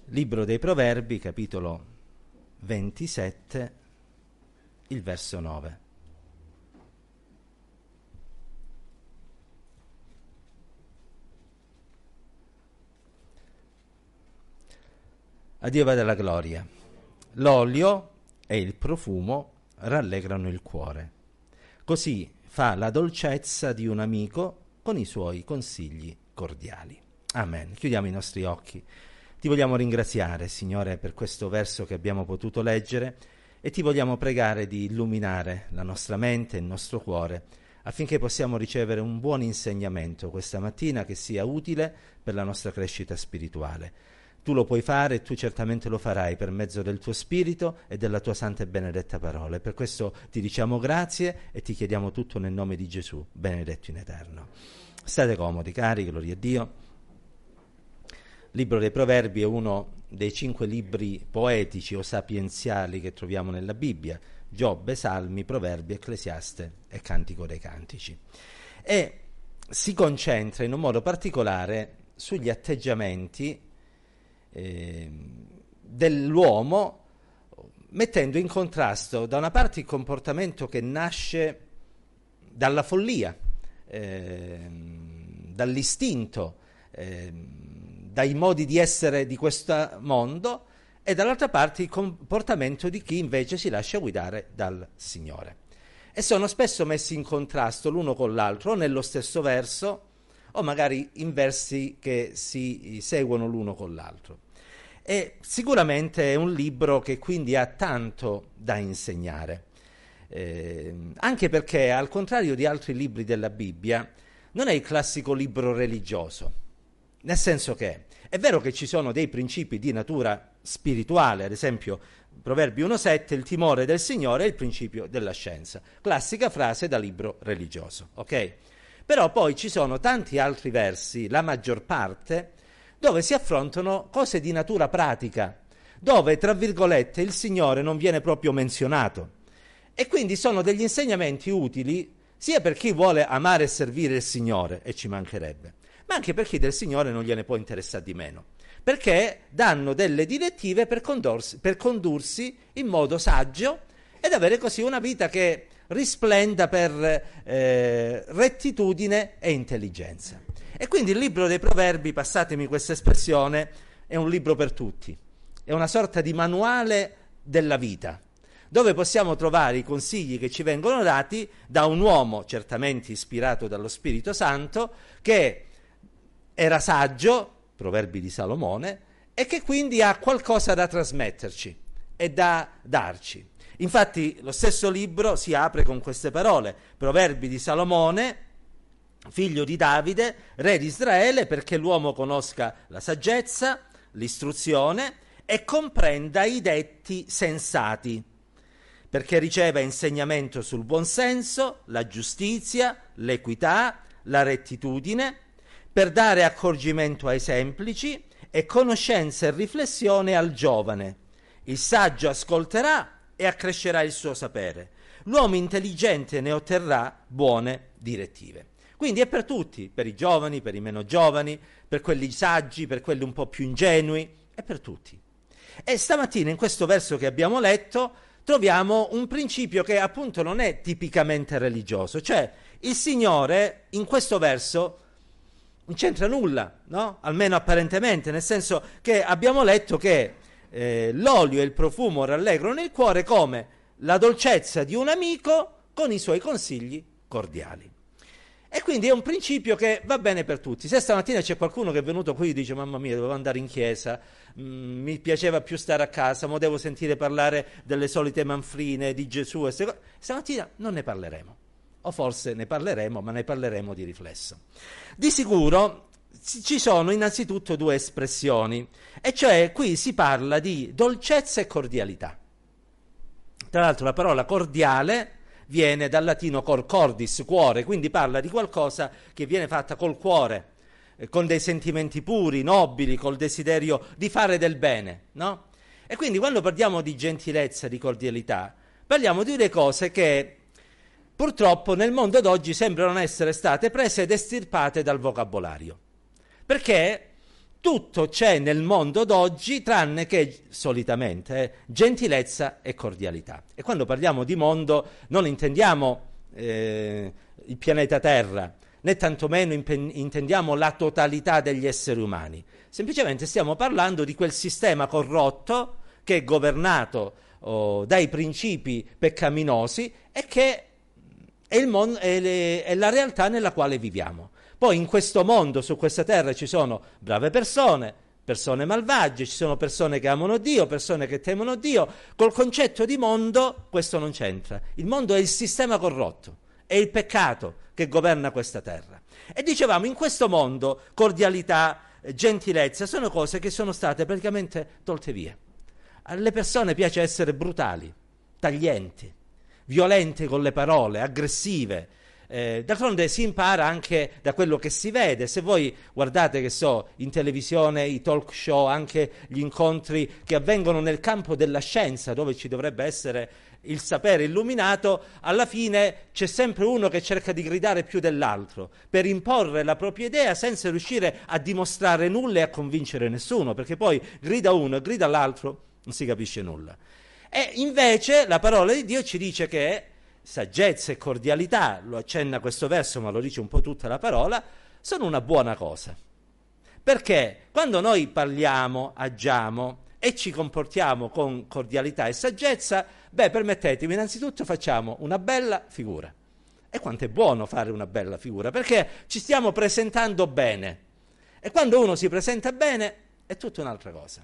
Libro dei Proverbi, capitolo 27, il verso 9. A Dio vada la gloria. L'olio e il profumo rallegrano il cuore. Così fa la dolcezza di un amico con i suoi consigli cordiali. Amen. Chiudiamo i nostri occhi. Ti vogliamo ringraziare, Signore, per questo verso che abbiamo potuto leggere e ti vogliamo pregare di illuminare la nostra mente e il nostro cuore affinché possiamo ricevere un buon insegnamento questa mattina che sia utile per la nostra crescita spirituale. Tu lo puoi fare e tu certamente lo farai per mezzo del tuo Spirito e della tua santa e benedetta parola. Per questo ti diciamo grazie e ti chiediamo tutto nel nome di Gesù, benedetto in eterno. State comodi, cari, gloria a Dio. Il libro dei Proverbi è uno dei 5 libri poetici o sapienziali che troviamo nella Bibbia: Giobbe, Salmi, Proverbi, Ecclesiaste e Cantico dei Cantici. E si concentra in un modo particolare sugli atteggiamenti dell'uomo, mettendo in contrasto da una parte il comportamento che nasce dalla follia, dall'istinto, dai modi di essere di questo mondo, e dall'altra parte il comportamento di chi invece si lascia guidare dal Signore. E sono spesso messi in contrasto l'uno con l'altro, o nello stesso verso, o magari in versi che si seguono l'uno con l'altro. E sicuramente è un libro che quindi ha tanto da insegnare, anche perché, al contrario di altri libri della Bibbia, non è il classico libro religioso, nel senso che è vero che ci sono dei principi di natura spirituale, ad esempio Proverbi 1,7, il timore del Signore è il principio della scienza, classica frase da libro religioso, ok? Però poi ci sono tanti altri versi, la maggior parte, dove si affrontano cose di natura pratica, dove, tra virgolette, il Signore non viene proprio menzionato. E quindi sono degli insegnamenti utili sia per chi vuole amare e servire il Signore, e ci mancherebbe, ma anche per chi del Signore non gliene può interessare di meno, perché danno delle direttive per condursi in modo saggio ed avere così una vita che risplenda per rettitudine e intelligenza. E quindi il libro dei Proverbi, passatemi questa espressione, è un libro per tutti, è una sorta di manuale della vita, dove possiamo trovare i consigli che ci vengono dati da un uomo certamente ispirato dallo Spirito Santo, che era saggio, Proverbi di Salomone, e che quindi ha qualcosa da trasmetterci e da darci. Infatti lo stesso libro si apre con queste parole: Proverbi di Salomone, figlio di Davide, re di Israele, perché l'uomo conosca la saggezza, l'istruzione e comprenda i detti sensati, perché riceva insegnamento sul buonsenso, la giustizia, l'equità, la rettitudine, per dare accorgimento ai semplici e conoscenza e riflessione al giovane. Il saggio ascolterà e accrescerà il suo sapere. L'uomo intelligente ne otterrà buone direttive. Quindi è per tutti, per i giovani, per i meno giovani, per quelli saggi, per quelli un po' più ingenui, è per tutti. E stamattina in questo verso che abbiamo letto troviamo un principio che appunto non è tipicamente religioso, cioè il Signore in questo verso non c'entra nulla, no? Almeno apparentemente, nel senso che abbiamo letto che l'olio e il profumo rallegrano il cuore come la dolcezza di un amico con i suoi consigli cordiali. E quindi è un principio che va bene per tutti. Se stamattina c'è qualcuno che è venuto qui e dice: mamma mia, dovevo andare in chiesa, mi piaceva più stare a casa, ma devo sentire parlare delle solite manfrine di Gesù e stamattina non ne parleremo, o forse ne parleremo, ma ne parleremo di riflesso. Di sicuro ci sono innanzitutto 2 espressioni, e cioè qui si parla di dolcezza e cordialità. Tra l'altro la parola cordiale viene dal latino cor cordis, cuore, quindi parla di qualcosa che viene fatta col cuore, con dei sentimenti puri, nobili, col desiderio di fare del bene, no? E quindi quando parliamo di gentilezza, di cordialità, parliamo di delle cose che purtroppo nel mondo d'oggi sembrano essere state prese ed estirpate dal vocabolario, perché tutto c'è nel mondo d'oggi tranne che, solitamente, gentilezza e cordialità. E quando parliamo di mondo non intendiamo il pianeta Terra, né tantomeno intendiamo la totalità degli esseri umani. Semplicemente stiamo parlando di quel sistema corrotto che è governato dai principi peccaminosi e che è il mondo, è la realtà nella quale viviamo. Poi in questo mondo, su questa terra, ci sono brave persone, persone malvagie, ci sono persone che amano Dio, persone che temono Dio. Col concetto di mondo questo non c'entra. Il mondo è il sistema corrotto, è il peccato che governa questa terra. E dicevamo, in questo mondo cordialità, gentilezza sono cose che sono state praticamente tolte via. Alle persone piace essere brutali, taglienti, violente con le parole, aggressive. D'altronde si impara anche da quello che si vede. Se voi guardate, che so, in televisione i talk show, anche gli incontri che avvengono nel campo della scienza, dove ci dovrebbe essere il sapere illuminato, alla fine c'è sempre uno che cerca di gridare più dell'altro per imporre la propria idea senza riuscire a dimostrare nulla e a convincere nessuno, perché poi grida uno e grida l'altro, non si capisce nulla. E invece la parola di Dio ci dice che saggezza e cordialità, lo accenna questo verso ma lo dice un po' tutta la parola, sono una buona cosa. Perché quando noi parliamo, agiamo e ci comportiamo con cordialità e saggezza, permettetemi, innanzitutto facciamo una bella figura. E quanto è buono fare una bella figura, perché ci stiamo presentando bene. E quando uno si presenta bene è tutta un'altra cosa.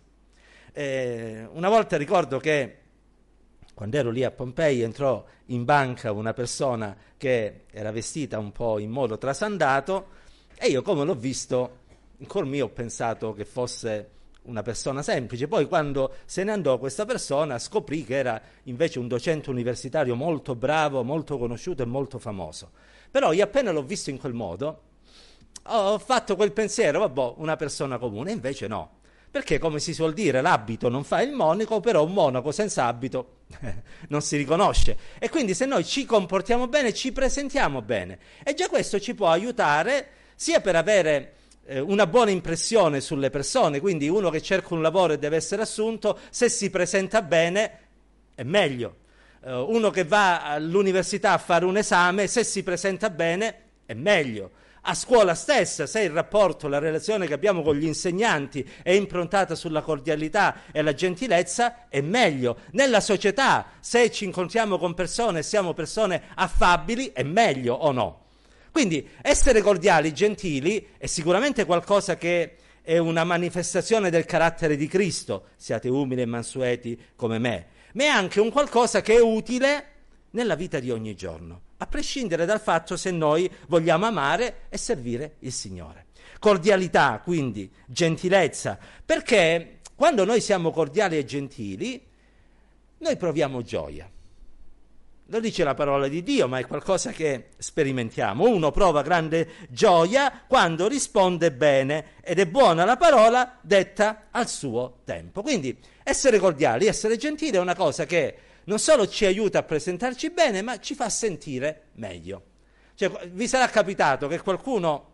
Una volta ricordo che quando ero lì a Pompei entrò in banca una persona che era vestita un po' in modo trasandato e io, come l'ho visto, in cuor mio ho pensato che fosse una persona semplice. Poi quando se ne andò questa persona scoprì che era invece un docente universitario molto bravo, molto conosciuto e molto famoso. Però io appena l'ho visto in quel modo ho fatto quel pensiero, vabbè, una persona comune. Invece no. Perché, come si suol dire, l'abito non fa il monaco, però un monaco senza abito non si riconosce. E quindi se noi ci comportiamo bene, ci presentiamo bene. E già questo ci può aiutare sia per avere una buona impressione sulle persone, quindi uno che cerca un lavoro e deve essere assunto, se si presenta bene è meglio. Uno che va all'università a fare un esame, se si presenta bene è meglio. A scuola stessa, se il rapporto, la relazione che abbiamo con gli insegnanti è improntata sulla cordialità e la gentilezza, è meglio. Nella società, se ci incontriamo con persone e siamo persone affabili, è meglio o no? Quindi essere cordiali, gentili, è sicuramente qualcosa che è una manifestazione del carattere di Cristo. Siate umili e mansueti come me. Ma è anche un qualcosa che è utile nella vita di ogni giorno, a prescindere dal fatto se noi vogliamo amare e servire il Signore. Cordialità, quindi, gentilezza, perché quando noi siamo cordiali e gentili, noi proviamo gioia. Lo dice la parola di Dio, ma è qualcosa che sperimentiamo. Uno prova grande gioia quando risponde bene, ed è buona la parola detta al suo tempo. Quindi essere cordiali, essere gentili è una cosa che non solo ci aiuta a presentarci bene, ma ci fa sentire meglio. Cioè, vi sarà capitato che qualcuno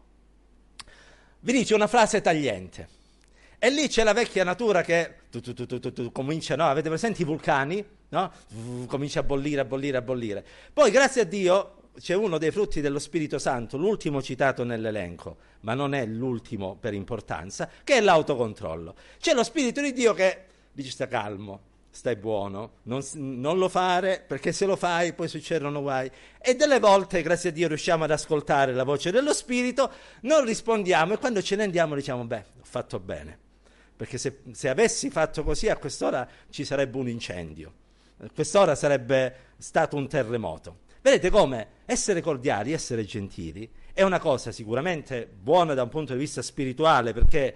vi dice una frase tagliente e lì c'è la vecchia natura che comincia, no? Avete presenti i vulcani? No? Comincia a bollire, a bollire, a bollire. Poi, grazie a Dio, c'è uno dei frutti dello Spirito Santo, l'ultimo citato nell'elenco, ma non è l'ultimo per importanza, che è l'autocontrollo. C'è lo Spirito di Dio che dice: sta calmo, stai buono, non lo fare, perché se lo fai poi succedono guai. E delle volte, grazie a Dio, riusciamo ad ascoltare la voce dello Spirito, non rispondiamo e quando ce ne andiamo diciamo: ho fatto bene, perché se avessi fatto così a quest'ora ci sarebbe un incendio, a quest'ora sarebbe stato un terremoto. Vedete come essere cordiali, essere gentili è una cosa sicuramente buona da un punto di vista spirituale, perché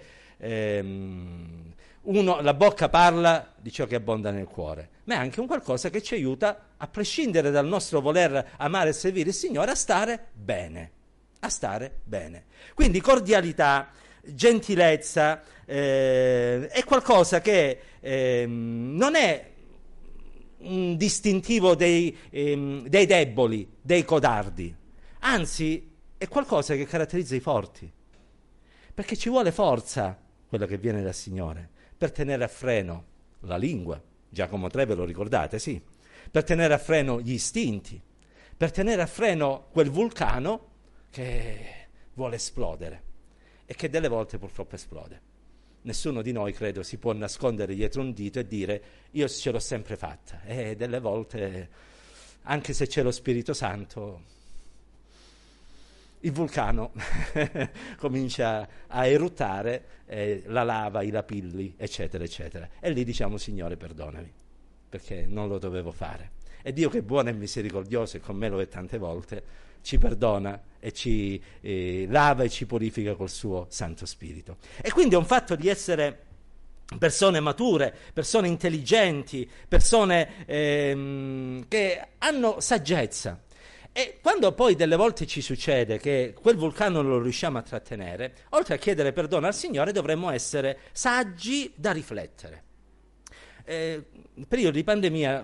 la bocca parla di ciò che abbonda nel cuore, ma è anche un qualcosa che ci aiuta, a prescindere dal nostro voler amare e servire il Signore, a stare bene, a stare bene. Quindi cordialità, gentilezza è qualcosa che non è un distintivo dei deboli, dei codardi, anzi è qualcosa che caratterizza i forti, perché ci vuole forza quella che viene dal Signore, per tenere a freno la lingua, Giacomo 3 ve lo ricordate, sì, per tenere a freno gli istinti, per tenere a freno quel vulcano che vuole esplodere e che delle volte purtroppo esplode. Nessuno di noi, credo, si può nascondere dietro un dito e dire io ce l'ho sempre fatta, e delle volte, anche se c'è lo Spirito Santo, il vulcano comincia a eruttare, la lava, i lapilli, eccetera, eccetera. E lì diciamo, Signore, perdonami, perché non lo dovevo fare. E Dio, che è buono e misericordioso, e con me lo è tante volte, ci perdona e ci lava e ci purifica col suo Santo Spirito. E quindi è un fatto di essere persone mature, persone intelligenti, persone che hanno saggezza. E quando poi delle volte ci succede che quel vulcano non lo riusciamo a trattenere, oltre a chiedere perdono al Signore, dovremmo essere saggi da riflettere. Nel periodo di pandemia,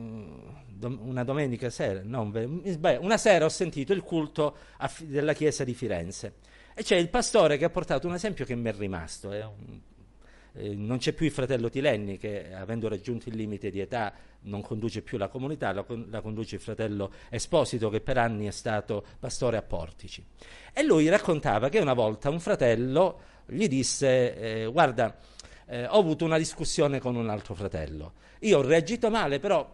una domenica sera, una sera ho sentito il culto della chiesa di Firenze e c'è il pastore che ha portato un esempio che mi è rimasto. Non c'è più il fratello Tilenni che, avendo raggiunto il limite di età, non conduce più la comunità, la conduce il fratello Esposito, che per anni è stato pastore a Portici. E lui raccontava che una volta un fratello gli disse guarda, ho avuto una discussione con un altro fratello, io ho reagito male, però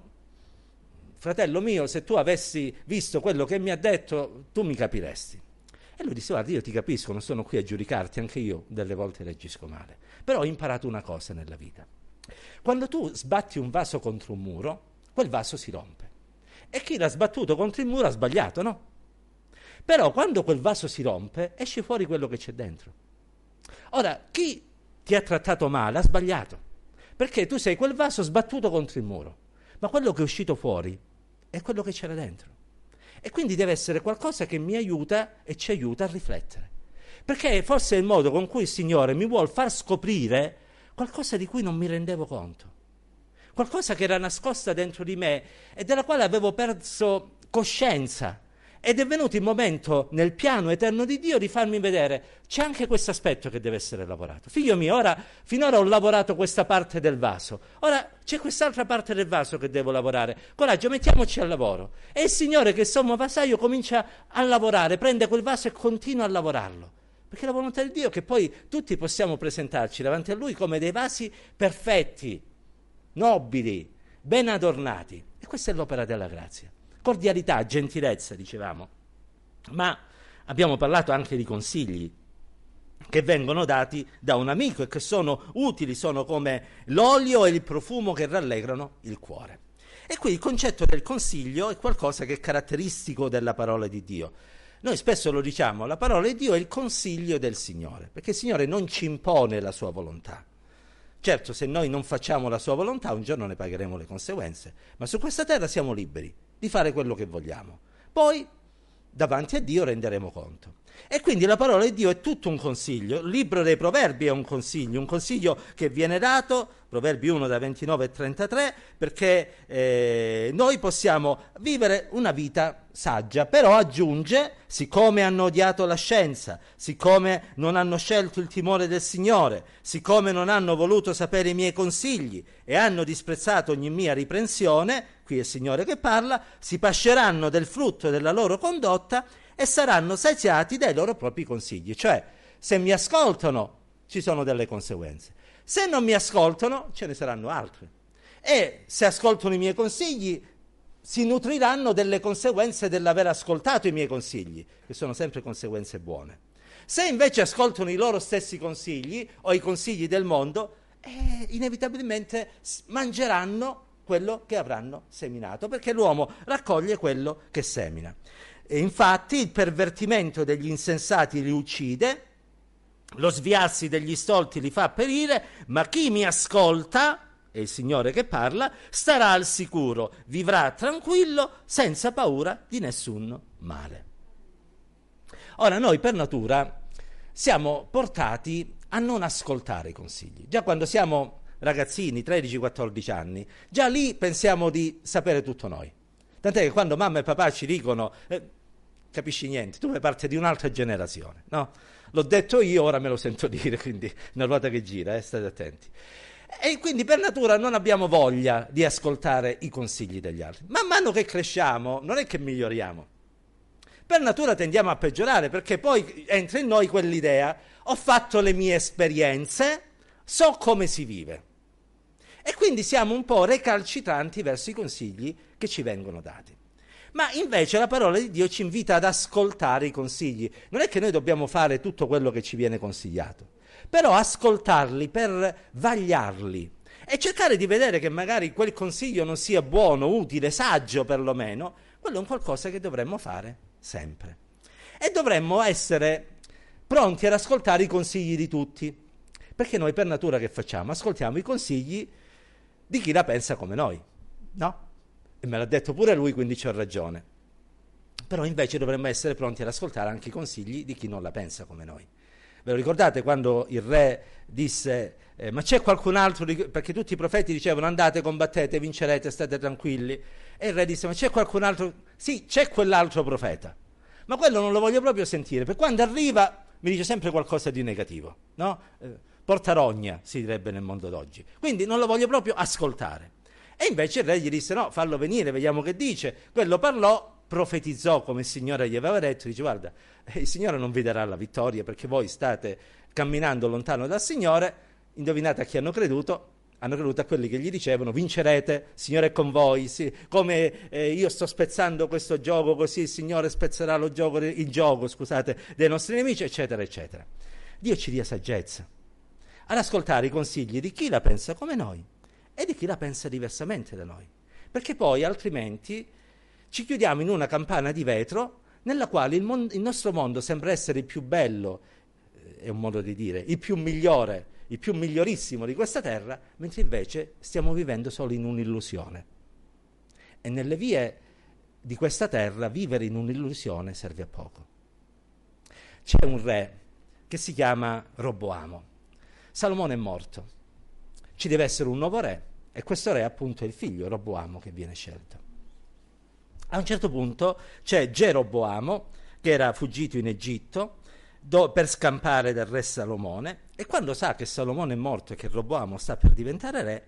fratello mio, se tu avessi visto quello che mi ha detto, tu mi capiresti. E lui disse, guarda, io ti capisco, non sono qui a giudicarti, anche io delle volte reagisco male, però ho imparato una cosa nella vita. Quando tu sbatti un vaso contro un muro, quel vaso si rompe. E chi l'ha sbattuto contro il muro ha sbagliato, no? Però quando quel vaso si rompe, esce fuori quello che c'è dentro. Ora, chi ti ha trattato male ha sbagliato, perché tu sei quel vaso sbattuto contro il muro, ma quello che è uscito fuori è quello che c'era dentro. E quindi deve essere qualcosa che mi aiuta e ci aiuta a riflettere, perché forse è il modo con cui il Signore mi vuol far scoprire qualcosa di cui non mi rendevo conto, qualcosa che era nascosta dentro di me e della quale avevo perso coscienza, ed è venuto il momento nel piano eterno di Dio di farmi vedere c'è anche questo aspetto che deve essere lavorato. Figlio mio, finora ho lavorato questa parte del vaso, ora c'è quest'altra parte del vaso che devo lavorare. Coraggio, mettiamoci al lavoro. E il Signore, che sommo vasaio, comincia a lavorare, prende quel vaso e continua a lavorarlo, perché la volontà di Dio è che poi tutti possiamo presentarci davanti a Lui come dei vasi perfetti, nobili, ben adornati. E questa è l'opera della grazia. Cordialità, gentilezza, dicevamo, ma abbiamo parlato anche di consigli che vengono dati da un amico e che sono utili, sono come l'olio e il profumo che rallegrano il cuore. E qui il concetto del consiglio è qualcosa che è caratteristico della parola di Dio. Noi spesso lo diciamo, la parola di Dio è il consiglio del Signore, perché il Signore non ci impone la sua volontà. Certo, se noi non facciamo la sua volontà, un giorno ne pagheremo le conseguenze, ma su questa terra siamo liberi di fare quello che vogliamo. Poi, davanti a Dio renderemo conto. E quindi la parola di Dio è tutto un consiglio. Il libro dei Proverbi è un consiglio che viene dato, Proverbi 1 da 29 e 33, perché noi possiamo vivere una vita saggia, però aggiunge, siccome hanno odiato la scienza, siccome non hanno scelto il timore del Signore, siccome non hanno voluto sapere i miei consigli e hanno disprezzato ogni mia riprensione, qui è il Signore che parla, si pasceranno del frutto della loro condotta e saranno saziati dai loro propri consigli. Cioè, se mi ascoltano, ci sono delle conseguenze. Se non mi ascoltano, ce ne saranno altre. E se ascoltano i miei consigli, si nutriranno delle conseguenze dell'aver ascoltato i miei consigli, che sono sempre conseguenze buone. Se invece ascoltano i loro stessi consigli o i consigli del mondo, inevitabilmente mangeranno quello che avranno seminato, perché l'uomo raccoglie quello che semina. E infatti il pervertimento degli insensati li uccide, lo sviarsi degli stolti li fa perire, ma chi mi ascolta, è il Signore che parla, starà al sicuro, vivrà tranquillo, senza paura di nessun male. Ora, noi per natura siamo portati a non ascoltare i consigli. Già quando siamo ragazzini, 13-14 anni, già lì pensiamo di sapere tutto noi. Tant'è che quando mamma e papà ci dicono capisci niente, tu fai parte di un'altra generazione, no? L'ho detto io, ora me lo sento dire, quindi una ruota che gira, state attenti. E quindi per natura non abbiamo voglia di ascoltare i consigli degli altri. Man mano che cresciamo non è che miglioriamo. Per natura tendiamo a peggiorare, perché poi entra in noi quell'idea: ho fatto le mie esperienze, so come si vive. E quindi siamo un po' recalcitranti verso i consigli che ci vengono dati. Ma invece la parola di Dio ci invita ad ascoltare i consigli. Non è che noi dobbiamo fare tutto quello che ci viene consigliato, però ascoltarli per vagliarli e cercare di vedere che magari quel consiglio non sia buono, utile, saggio perlomeno. Quello è un qualcosa che dovremmo fare sempre. E dovremmo essere pronti ad ascoltare i consigli di tutti, perché noi per natura che facciamo? Ascoltiamo i consigli di chi la pensa come noi, no? E me l'ha detto pure lui, quindi c'ho ragione. Però invece dovremmo essere pronti ad ascoltare anche i consigli di chi non la pensa come noi. Ve lo ricordate quando il re disse ma c'è qualcun altro, perché tutti i profeti dicevano andate, combattete, vincerete, state tranquilli, e il re disse ma c'è qualcun altro? Sì, c'è quell'altro profeta, ma quello non lo voglio proprio sentire, perché quando arriva mi dice sempre qualcosa di negativo, no? Porta rogna, si direbbe nel mondo d'oggi, quindi non lo voglio proprio ascoltare. E invece il re gli disse no, fallo venire, vediamo che dice. Quello parlò, profetizzò come il Signore gli aveva detto, dice guarda, il Signore non vi darà la vittoria perché voi state camminando lontano dal Signore. Indovinate a chi hanno creduto? Hanno creduto a quelli che gli dicevano vincerete, il Signore è con voi, sì, come io sto spezzando questo gioco così il Signore spezzerà il gioco dei nostri nemici, eccetera eccetera. Dio ci dia saggezza ad ascoltare i consigli di chi la pensa come noi e di chi la pensa diversamente da noi, perché poi altrimenti ci chiudiamo in una campana di vetro nella quale il nostro mondo sembra essere il più bello, è un modo di dire, il più migliore, il più migliorissimo di questa terra, mentre invece stiamo vivendo solo in un'illusione. E nelle vie di questa terra vivere in un'illusione serve a poco. C'è un re che si chiama Roboamo. Salomone è morto. Ci deve essere un nuovo re, e questo re appunto è il figlio Roboamo che viene scelto. A un certo punto c'è Geroboamo che era fuggito in Egitto per scampare dal re Salomone, e quando sa che Salomone è morto e che Roboamo sta per diventare re,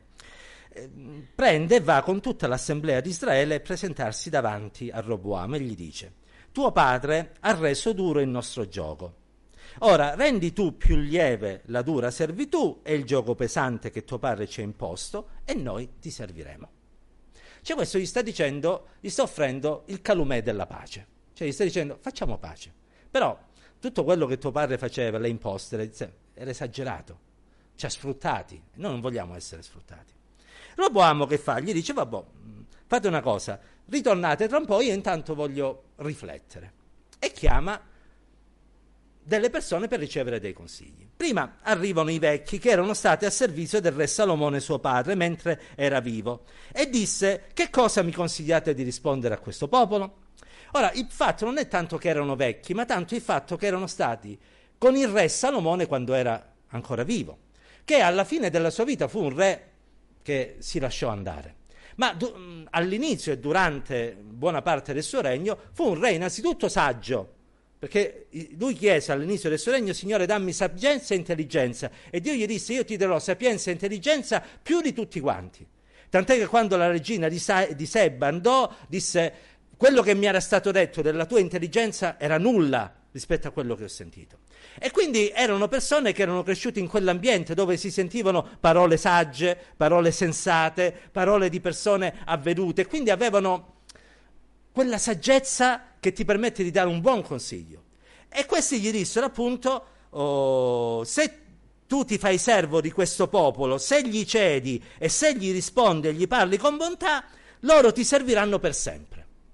prende e va con tutta l'assemblea di Israele a presentarsi davanti a Roboamo e gli dice: tuo padre ha reso duro il nostro gioco. Ora rendi tu più lieve la dura servitù e il gioco pesante che tuo padre ci ha imposto, e noi ti serviremo. Cioè questo gli sta dicendo, gli sta offrendo il calumè della pace. Cioè gli sta dicendo facciamo pace, però tutto quello che tuo padre faceva, le imposte, era esagerato, ci ha sfruttati, noi non vogliamo essere sfruttati. Roboamo che fa? Gli dice vabbè, fate una cosa, ritornate tra un po', io intanto voglio riflettere, e chiama delle persone per ricevere dei consigli. Prima arrivano i vecchi che erano stati a servizio del re Salomone suo padre mentre era vivo, e disse: che cosa mi consigliate di rispondere a questo popolo? Ora, il fatto non è tanto che erano vecchi, ma tanto il fatto che erano stati con il re Salomone quando era ancora vivo, che alla fine della sua vita fu un re che si lasciò andare. Ma all'inizio e durante buona parte del suo regno fu un re innanzitutto saggio, perché lui chiese all'inizio del suo regno: Signore, dammi sapienza e intelligenza, e Dio gli disse: io ti darò sapienza e intelligenza più di tutti quanti. Tant'è che quando la regina di Seba andò, disse: quello che mi era stato detto della tua intelligenza era nulla rispetto a quello che ho sentito. E quindi erano persone che erano cresciute in quell'ambiente dove si sentivano parole sagge, parole sensate, parole di persone avvedute, quindi avevano quella saggezza che ti permette di dare un buon consiglio. E questi gli dissero appunto: se tu ti fai servo di questo popolo, se gli cedi e se gli rispondi e gli parli con bontà, loro ti serviranno per sempre.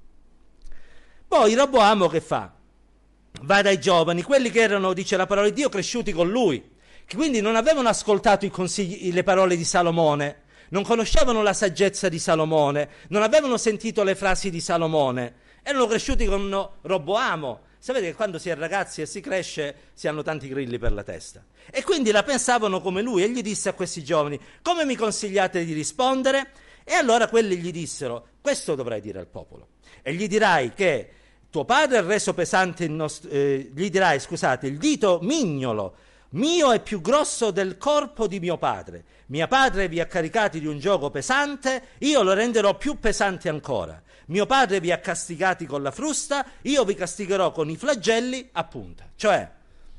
Poi Roboamo che fa? Va dai giovani, quelli che erano, dice la parola di Dio, cresciuti con lui, che quindi non avevano ascoltato le parole di Salomone, non conoscevano la saggezza di Salomone, non avevano sentito le frasi di Salomone, erano cresciuti con Roboamo. Sapete che quando si è ragazzi e si cresce si hanno tanti grilli per la testa, e quindi la pensavano come lui, e gli disse a questi giovani: come mi consigliate di rispondere? E allora quelli gli dissero: questo dovrai dire al popolo, e gli dirai che tuo padre ha reso pesante gli dirai, scusate, il dito mignolo mio è più grosso del corpo di mio padre. Mio padre vi ha caricati di un giogo pesante, io lo renderò più pesante ancora. Mio padre vi ha castigati con la frusta, io vi castigherò con i flagelli a punta. Cioè,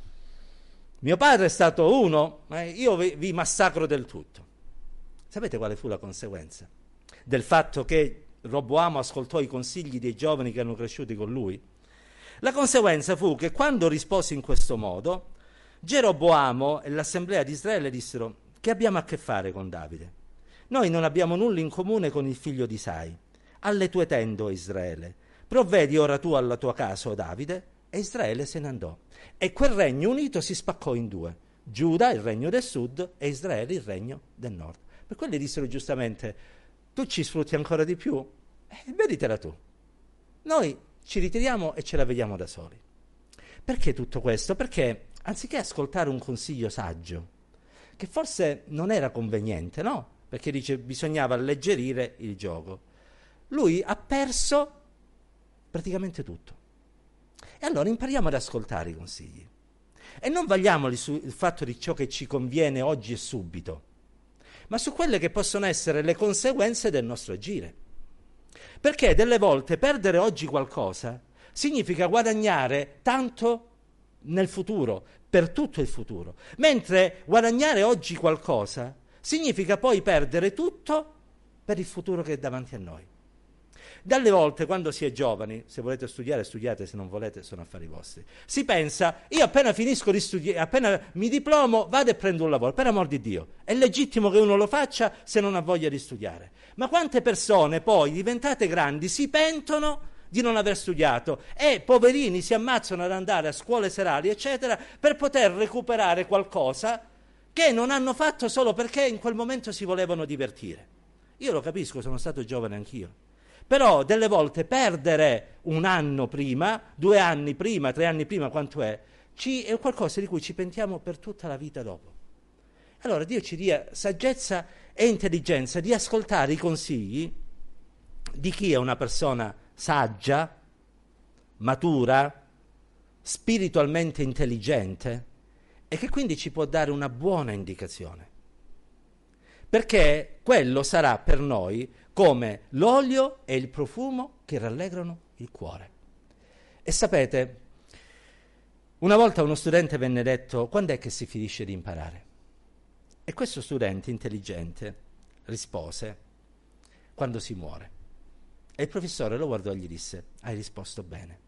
mio padre è stato uno, ma io vi massacro del tutto. Sapete quale fu la conseguenza del fatto che Roboamo ascoltò i consigli dei giovani che erano cresciuti con lui? La conseguenza fu che quando rispose in questo modo, Geroboamo e l'assemblea di Israele dissero: che abbiamo a che fare con Davide? Noi non abbiamo nulla in comune con il figlio di Isai. Alle tue tende, o Israele, provvedi ora tu alla tua casa, o Davide. E Israele se ne andò. E quel regno unito si spaccò in due: Giuda, il regno del sud, e Israele, il regno del nord. Per quelli dissero giustamente: tu ci sfrutti ancora di più? Veditela tu. Noi ci ritiriamo e ce la vediamo da soli. Perché tutto questo? Perché anziché ascoltare un consiglio saggio, che forse non era conveniente, no? Perché dice bisognava alleggerire il gioco, lui ha perso praticamente tutto. E allora impariamo ad ascoltare i consigli e non vagliamoli sul fatto di ciò che ci conviene oggi e subito, ma su quelle che possono essere le conseguenze del nostro agire. Perché delle volte perdere oggi qualcosa significa guadagnare tanto nel futuro, per tutto il futuro, mentre guadagnare oggi qualcosa significa poi perdere tutto per il futuro che è davanti a noi. Dalle volte, quando si è giovani, se volete studiare, studiate, se non volete, sono affari vostri. Si pensa: io appena finisco di studiare, appena mi diplomo, vado e prendo un lavoro. Per amor di Dio, è legittimo che uno lo faccia se non ha voglia di studiare. Ma quante persone poi, diventate grandi, si pentono di non aver studiato e poverini si ammazzano ad andare a scuole serali, eccetera, per poter recuperare qualcosa che non hanno fatto solo perché in quel momento si volevano divertire. Io lo capisco, sono stato giovane anch'io. Però delle volte perdere un anno prima, 2 anni prima, 3 anni prima, quanto è qualcosa di cui ci pentiamo per tutta la vita dopo. Allora Dio ci dia saggezza e intelligenza di ascoltare i consigli di chi è una persona saggia, matura, spiritualmente intelligente e che quindi ci può dare una buona indicazione. Perché quello sarà per noi come l'olio e il profumo che rallegrano il cuore. E sapete, una volta uno studente venne detto: quando è che si finisce di imparare? E questo studente intelligente rispose: quando si muore. E il professore lo guardò e gli disse: hai risposto bene.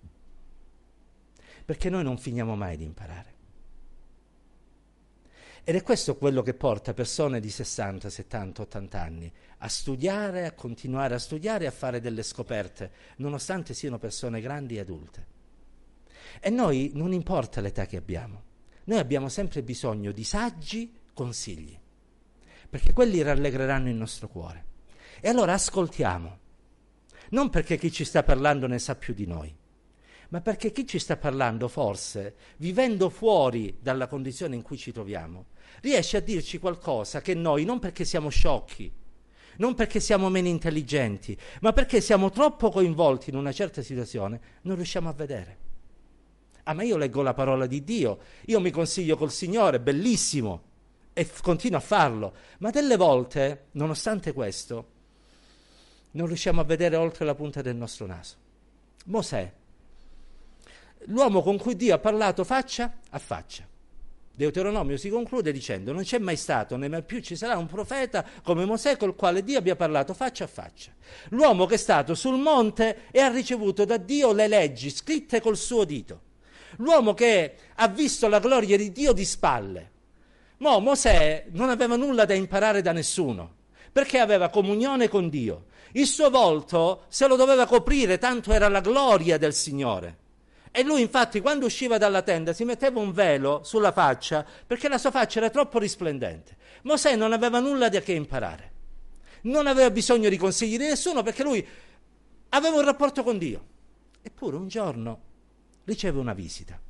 Perché noi non finiamo mai di imparare. Ed è questo quello che porta persone di 60, 70, 80 anni a studiare, a continuare a studiare e a fare delle scoperte, nonostante siano persone grandi e adulte. E noi non importa l'età che abbiamo, noi abbiamo sempre bisogno di saggi consigli, perché quelli rallegreranno il nostro cuore. E allora ascoltiamo, non perché chi ci sta parlando ne sa più di noi, ma perché chi ci sta parlando forse, vivendo fuori dalla condizione in cui ci troviamo, riesce a dirci qualcosa che noi, non perché siamo sciocchi, non perché siamo meno intelligenti, ma perché siamo troppo coinvolti in una certa situazione, non riusciamo a vedere. Ah, ma io leggo la parola di Dio, io mi consiglio col Signore, bellissimo, e continuo a farlo, ma delle volte, nonostante questo, non riusciamo a vedere oltre la punta del nostro naso. Mosè, l'uomo con cui Dio ha parlato faccia a faccia. Deuteronomio si conclude dicendo: non c'è mai stato né mai più ci sarà un profeta come Mosè col quale Dio abbia parlato faccia a faccia. L'uomo che è stato sul monte e ha ricevuto da Dio le leggi scritte col suo dito. L'uomo che ha visto la gloria di Dio di spalle. Mosè non aveva nulla da imparare da nessuno, perché aveva comunione con Dio. Il suo volto se lo doveva coprire, tanto era la gloria del Signore. E lui infatti quando usciva dalla tenda si metteva un velo sulla faccia perché la sua faccia era troppo risplendente. Mosè non aveva nulla da che imparare, non aveva bisogno di consigli di nessuno perché lui aveva un rapporto con Dio. Eppure un giorno riceve una visita.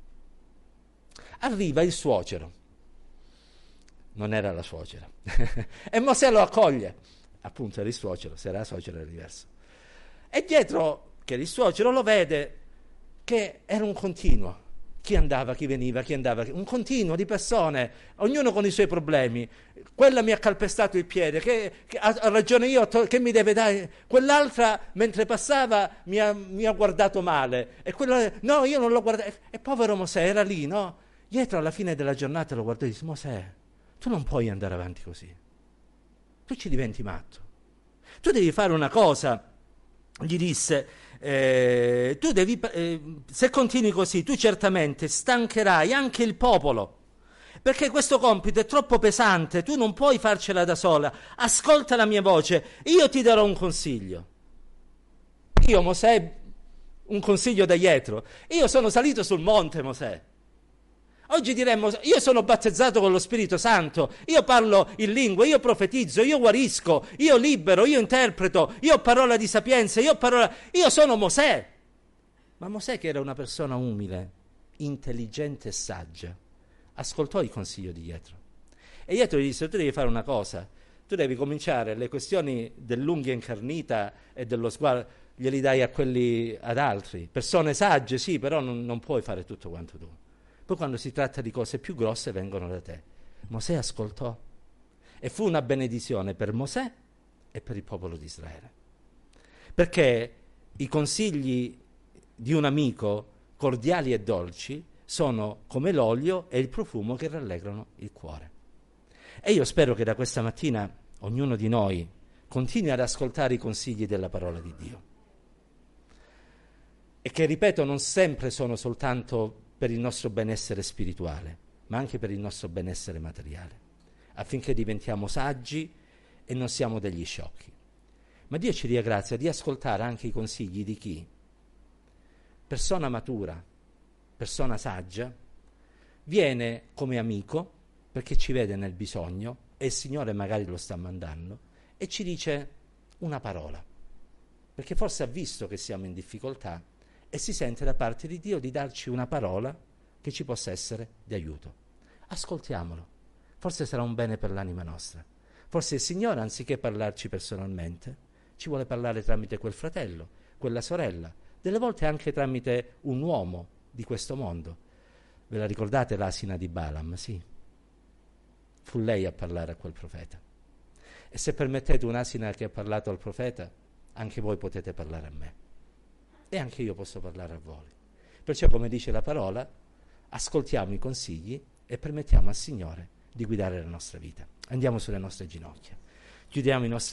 Arriva il suocero, non era la suocera, e Mosè lo accoglie, appunto era il suocero, se era la suocera era diverso. E dietro che il suocero lo vede, che era un continuo. Chi andava, chi veniva, un continuo di persone, ognuno con i suoi problemi. Quella mi ha calpestato il piede, che ha ragione io, che mi deve dare? Quell'altra, mentre passava, mi ha guardato male. E quella, no, io non l'ho guardato. E povero Mosè era lì, no? Dietro alla fine della giornata lo guardò e disse: Mosè, tu non puoi andare avanti così. Tu ci diventi matto. Tu devi fare una cosa. Gli disse, tu devi, se continui così, tu certamente stancherai anche il popolo, perché questo compito è troppo pesante, tu non puoi farcela da sola, ascolta la mia voce, io ti darò un consiglio. Io, Mosè, un consiglio da Jetro, io sono salito sul monte, Mosè. Oggi diremmo: io sono battezzato con lo Spirito Santo, io parlo in lingue, io profetizzo, io guarisco, io libero, io interpreto, io ho parola di sapienza, io sono Mosè. Ma Mosè, che era una persona umile, intelligente e saggia, ascoltò il consiglio di Jetro. E Jetro gli disse: tu devi fare una cosa, tu devi cominciare le questioni dell'unghia incarnita e dello sguardo, glieli dai ad altri, persone sagge, sì, però non puoi fare tutto quanto tu. Poi quando si tratta di cose più grosse vengono da te. Mosè ascoltò e fu una benedizione per Mosè e per il popolo di Israele. Perché i consigli di un amico, cordiali e dolci, sono come l'olio e il profumo che rallegrano il cuore. E io spero che da questa mattina ognuno di noi continui ad ascoltare i consigli della parola di Dio. E che, ripeto, non sempre sono soltanto per il nostro benessere spirituale, ma anche per il nostro benessere materiale, affinché diventiamo saggi e non siamo degli sciocchi. Ma Dio ci dia grazia di ascoltare anche i consigli di chi, persona matura, persona saggia, viene come amico perché ci vede nel bisogno e il Signore magari lo sta mandando e ci dice una parola, perché forse ha visto che siamo in difficoltà e si sente da parte di Dio di darci una parola che ci possa essere di aiuto. Ascoltiamolo, forse sarà un bene per l'anima nostra. Forse il Signore, anziché parlarci personalmente, ci vuole parlare tramite quel fratello, quella sorella, delle volte anche tramite un uomo di questo mondo. Ve la ricordate l'asina di Balaam? Sì. Fu lei a parlare a quel profeta. E se permettete, un'asina che ha parlato al profeta, anche voi potete parlare a me. E anche io posso parlare a voi. Perciò, come dice la parola, ascoltiamo i consigli e permettiamo al Signore di guidare la nostra vita. Andiamo sulle nostre ginocchia. Chiudiamo i nostri